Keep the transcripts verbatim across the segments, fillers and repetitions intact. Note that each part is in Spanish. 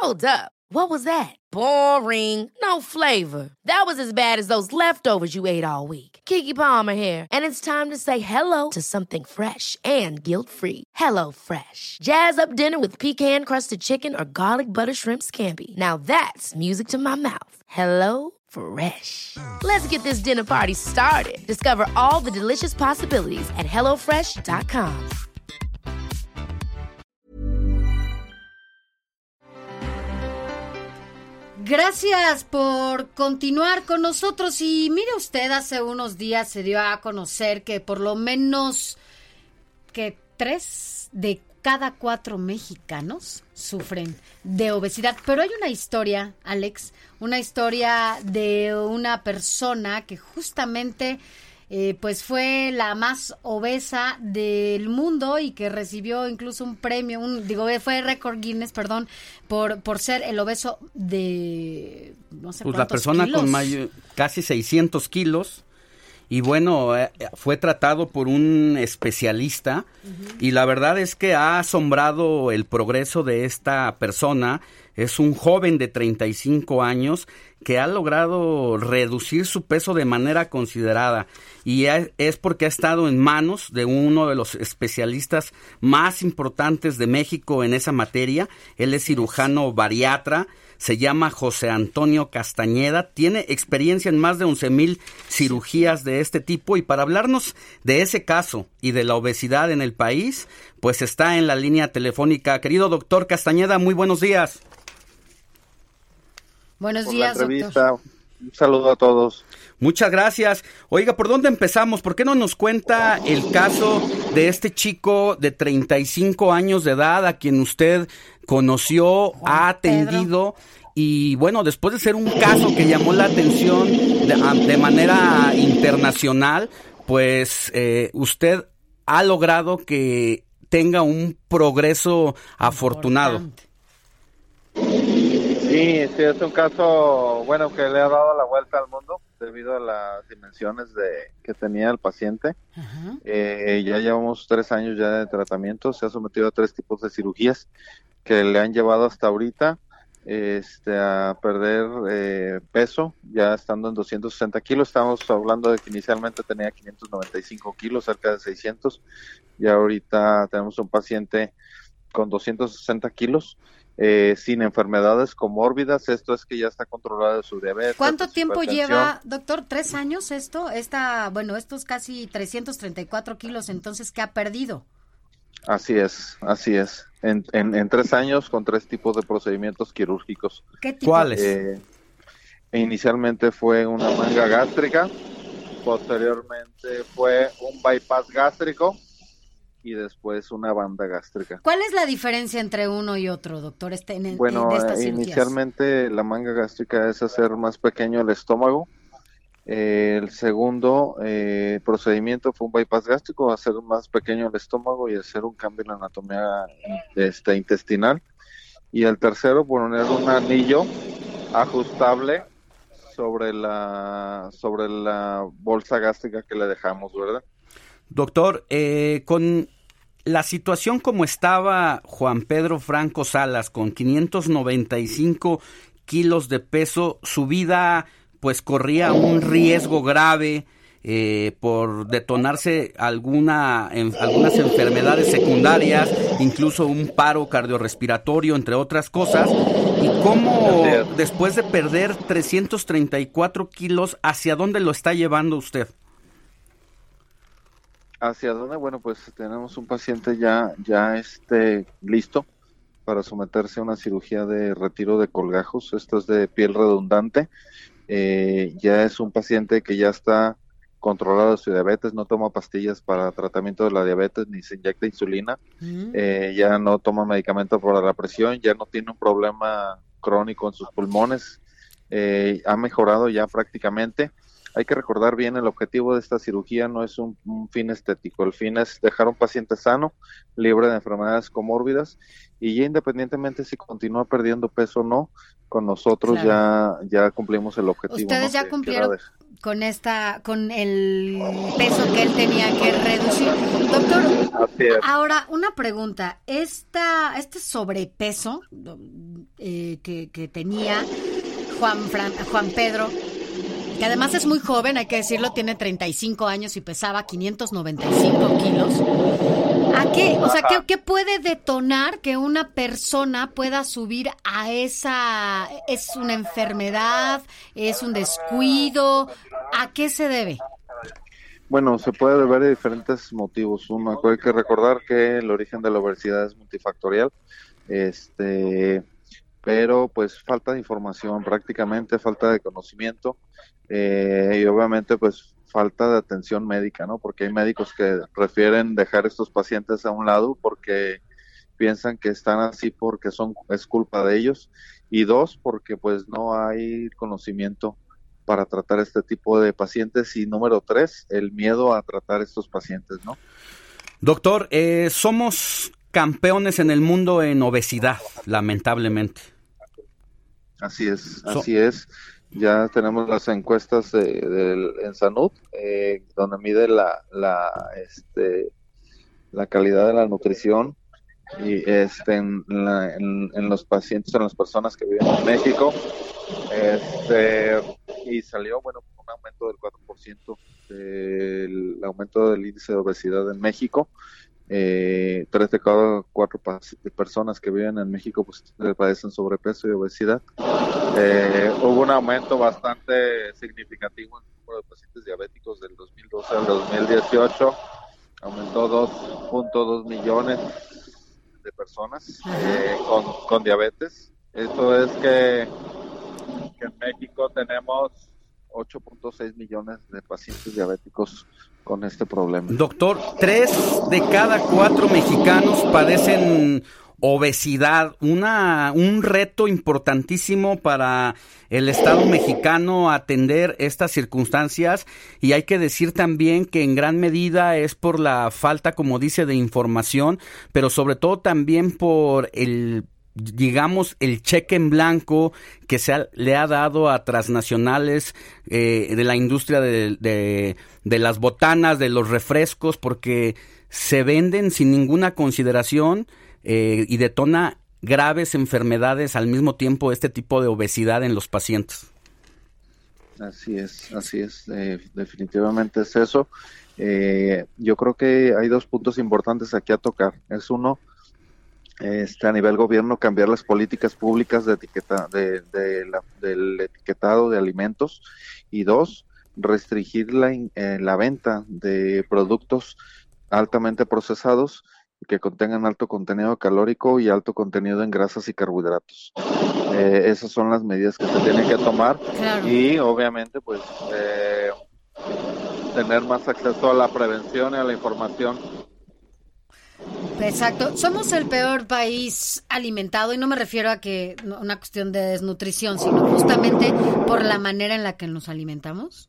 Hold up. What was that? Boring. No flavor. That was as bad as those leftovers you ate all week. Keke Palmer here, and it's time to say hello to something fresh and guilt-free. Hello Fresh. Jazz up dinner with pecan-crusted chicken or garlic butter shrimp scampi. Now that's music to my mouth. Hello Fresh. Let's get this dinner party started. Discover all the delicious possibilities at hello fresh dot com. Gracias por continuar con nosotros. Y mire usted, hace unos días se dio a conocer que por lo menos que tres de cada cuatro mexicanos sufren de obesidad. Pero hay una historia, Alex, una historia de una persona que justamente eh, pues fue la más obesa del mundo y que recibió incluso un premio, un digo fue récord Guinness, perdón, por por ser el obeso de no sé pues cuántos la persona kilos. con mayo, casi seiscientos kilos. Y bueno, eh, fue tratado por un especialista uh-huh. y la verdad es que ha asombrado el progreso de esta persona. Es un joven de treinta y cinco años que ha logrado reducir su peso de manera considerada y es porque ha estado en manos de uno de los especialistas más importantes de México en esa materia. Él es cirujano bariatra. Se llama José Antonio Castañeda, tiene experiencia en más de once mil cirugías de este tipo y para hablarnos de ese caso y de la obesidad en el país, pues está en la línea telefónica. Querido doctor Castañeda, muy buenos días. Buenos por días, la entrevista. Doctor. Un saludo a todos. Muchas gracias. Oiga, ¿por dónde empezamos? ¿Por qué no nos cuenta el caso de este chico de treinta y cinco años de edad a quien usted conoció, Juan ha atendido Pedro. Y bueno, después de ser un caso que llamó la atención de, de manera internacional, pues eh, usted ha logrado que tenga un progreso afortunado. Sí, sí, es un caso, bueno, que le ha dado la vuelta al mundo debido a las dimensiones de que tenía el paciente. Uh-huh. Eh, ya llevamos tres años ya de tratamiento, se ha sometido a tres tipos de cirugías que le han llevado hasta ahorita este, a perder eh, peso, ya estando en doscientos sesenta kilos. Estamos hablando de que inicialmente tenía quinientos noventa y cinco kilos, cerca de seiscientos, y ahorita tenemos un paciente con doscientos sesenta kilos. Eh, sin enfermedades comórbidas, esto es que ya está controlada de su diabetes. ¿Cuánto tiempo lleva, doctor? ¿Tres años esto? Esta, bueno, estos casi trescientos treinta y cuatro kilos, entonces, ¿qué ha perdido? Así es, así es. En, en, en tres años con tres tipos de procedimientos quirúrgicos. ¿Qué tipo? ¿Cuáles? Eh, inicialmente fue una manga gástrica, posteriormente fue un bypass gástrico, y después una banda gástrica. ¿Cuál es la diferencia entre uno y otro, doctor, este, en el, bueno, de estas eh, cirugías? Inicialmente la manga gástrica es hacer más pequeño el estómago. Eh, el segundo eh, procedimiento fue un bypass gástrico, hacer más pequeño el estómago y hacer un cambio en la anatomía este, intestinal. Y el tercero, poner un anillo ajustable sobre la sobre la bolsa gástrica que le dejamos, ¿verdad? Doctor, eh, con la situación como estaba Juan Pedro Franco Salas, con quinientos noventa y cinco kilos de peso, su vida pues corría un riesgo grave eh, por detonarse alguna, en, algunas enfermedades secundarias, incluso un paro cardiorrespiratorio, entre otras cosas. ¿Y cómo después de perder trescientos treinta y cuatro kilos, hacia dónde lo está llevando usted? ¿Hacia dónde? Bueno, pues tenemos un paciente ya, ya este, listo para someterse a una cirugía de retiro de colgajos. Esto es de piel redundante. Eh, ya es un paciente que ya está controlado de su diabetes, no toma pastillas para tratamiento de la diabetes ni se inyecta insulina. Uh-huh. Eh, ya no toma medicamento para la presión, ya no tiene un problema crónico en sus pulmones. Eh, ha mejorado ya prácticamente. Hay que recordar bien, el objetivo de esta cirugía no es un, un fin estético, el fin es dejar a un paciente sano, libre de enfermedades comórbidas, y ya independientemente si continúa perdiendo peso o no, con nosotros claro. ya ya cumplimos el objetivo. Ustedes ¿no? ya que, cumplieron que con esta, con el peso que él tenía que reducir. Doctor, ahora una pregunta, esta, este sobrepeso, eh, que, que tenía Juan, Fran, Juan Pedro, que además es muy joven, hay que decirlo, tiene treinta y cinco años y pesaba quinientos noventa y cinco kilos. ¿A qué? O sea, ¿qué, qué puede detonar que una persona pueda subir a esa... ¿Es una enfermedad? ¿Es un descuido? ¿A qué se debe? Bueno, se puede deber a diferentes motivos. Uno, hay que recordar que el origen de la obesidad es multifactorial, este, pero pues falta de información prácticamente, falta de conocimiento, eh, y obviamente pues falta de atención médica, ¿no? Porque hay médicos que prefieren dejar estos pacientes a un lado porque piensan que están así porque son es culpa de ellos, y dos, porque pues no hay conocimiento para tratar este tipo de pacientes, y número tres, el miedo a tratar estos pacientes, ¿no? Doctor, eh, somos campeones en el mundo en obesidad, lamentablemente. Así es, So- así es. Ya tenemos las encuestas de, de, en Sanud, eh, donde mide la, la, este, la calidad de la nutrición y este, en, la, en, en los pacientes, en las personas que viven en México, este, y salió, bueno, un aumento del cuatro por ciento del aumento del índice de obesidad en México. Eh, tres de cada cuatro pas- personas que viven en México pues padecen sobrepeso y obesidad. Eh, hubo un aumento bastante significativo en el número de pacientes diabéticos del dos mil doce al dos mil dieciocho, aumentó dos punto dos millones de personas eh, con, con diabetes. Esto es que, que en México tenemos ocho punto seis millones de pacientes diabéticos con este problema. Doctor, tres de cada cuatro mexicanos padecen obesidad, una, un reto importantísimo para el Estado mexicano atender estas circunstancias, y hay que decir también que en gran medida es por la falta, como dice, de información, pero sobre todo también por el digamos, el cheque en blanco que se ha, le ha dado a transnacionales eh, de la industria de, de, de las botanas, de los refrescos, porque se venden sin ninguna consideración eh, y detona graves enfermedades al mismo tiempo este tipo de obesidad en los pacientes. Así es, así es, eh, definitivamente es eso. Eh, yo creo que hay dos puntos importantes aquí a tocar. Es uno, Este, a nivel gobierno, cambiar las políticas públicas de etiqueta, de, de la, del etiquetado de alimentos, y dos, restringir la, eh, la venta de productos altamente procesados que contengan alto contenido calórico y alto contenido en grasas y carbohidratos. Eh, esas son las medidas que se tienen que tomar. Claro. Y obviamente pues eh, tener más acceso a la prevención y a la información. Exacto. Somos el peor país alimentado, y no me refiero a que no, una cuestión de desnutrición, sino justamente por la manera en la que nos alimentamos.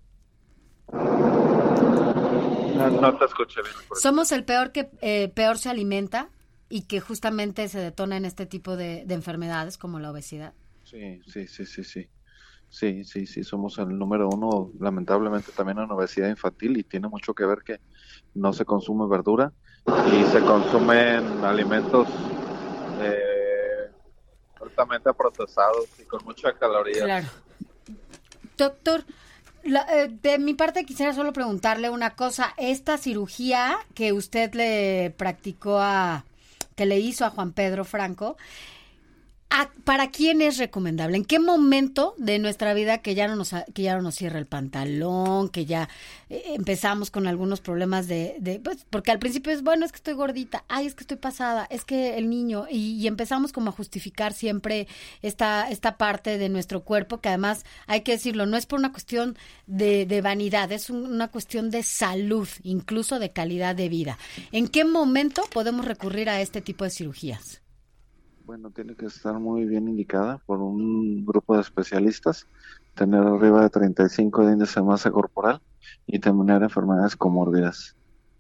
No, no te escuché bien. Somos el peor que eh, peor se alimenta y que justamente se detona en este tipo de, de enfermedades como la obesidad. Sí, sí, sí, sí, sí. Sí, sí, sí, somos el número uno, lamentablemente, también en obesidad infantil, y tiene mucho que ver que no se consume verdura y se consumen alimentos eh, altamente procesados y con mucha caloría. Claro. Doctor, la, eh, de mi parte quisiera solo preguntarle una cosa. Esta cirugía que usted le practicó a, que le hizo a Juan Pedro Franco, ¿a, ¿para quién es recomendable? ¿En qué momento de nuestra vida que ya no nos, que ya no nos cierra el pantalón, que ya eh, empezamos con algunos problemas de, de, pues, porque al principio es, bueno, es que estoy gordita, ay, es que estoy pasada, es que el niño, y, y empezamos como a justificar siempre esta, esta parte de nuestro cuerpo, que además, hay que decirlo, no es por una cuestión de, de vanidad, es un, una cuestión de salud, incluso de calidad de vida. ¿En qué momento podemos recurrir a este tipo de cirugías? Bueno, tiene que estar muy bien indicada por un grupo de especialistas, tener arriba de treinta y cinco de índice de masa corporal y tener enfermedades comórbidas.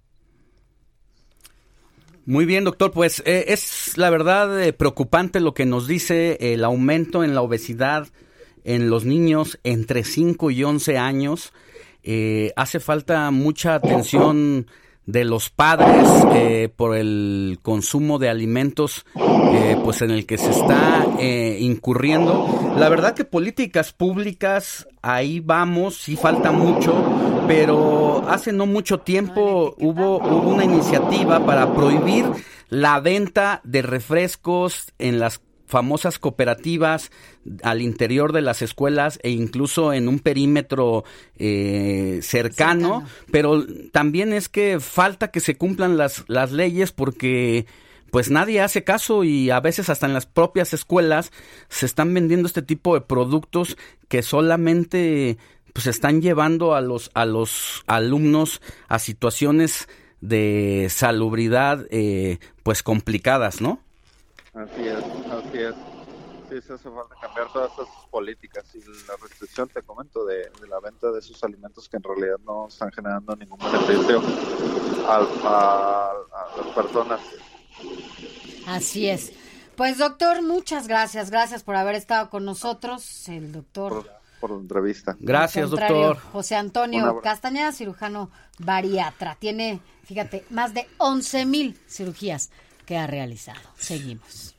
Muy bien, doctor, pues eh, es la verdad eh, preocupante lo que nos dice el aumento en la obesidad en los niños entre cinco y once años. Eh, hace falta mucha atención de los padres eh, por el consumo de alimentos eh, pues en el que se está eh, incurriendo. La verdad que políticas públicas, ahí vamos, sí falta mucho, pero hace no mucho tiempo hubo, hubo una iniciativa para prohibir la venta de refrescos en las famosas cooperativas al interior de las escuelas e incluso en un perímetro eh, cercano, cercano, pero también es que falta que se cumplan las, las leyes porque pues nadie hace caso y a veces hasta en las propias escuelas se están vendiendo este tipo de productos que solamente pues están llevando a los, a los alumnos a situaciones de salubridad eh, pues complicadas, ¿no? Así es, así es. Sí, se hace falta cambiar todas esas políticas y la restricción, te comento, de, de la venta de esos alimentos que en realidad no están generando ningún beneficio a, a, a las personas. Así es. Pues doctor, muchas gracias, gracias por haber estado con nosotros, el doctor... Por, por la entrevista. Gracias, doctor. José Antonio Castañeda, cirujano bariatra. Tiene, fíjate, más de once mil cirugías que ha realizado. Seguimos.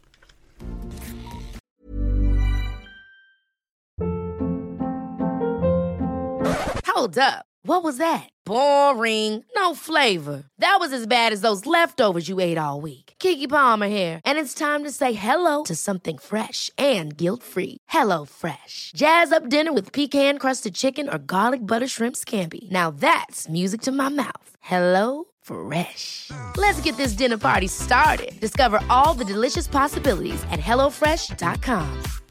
Hold up. What was that? Boring. No flavor. That was as bad as those leftovers you ate all week. Keke Palmer here, and it's time to say hello to something fresh and guilt-free. Hello Fresh. Jazz up dinner with pecan-crusted chicken or garlic butter shrimp scampi. Now that's music to my mouth. Hello Fresh. Let's get this dinner party started. Discover all the delicious possibilities at hello fresh dot com.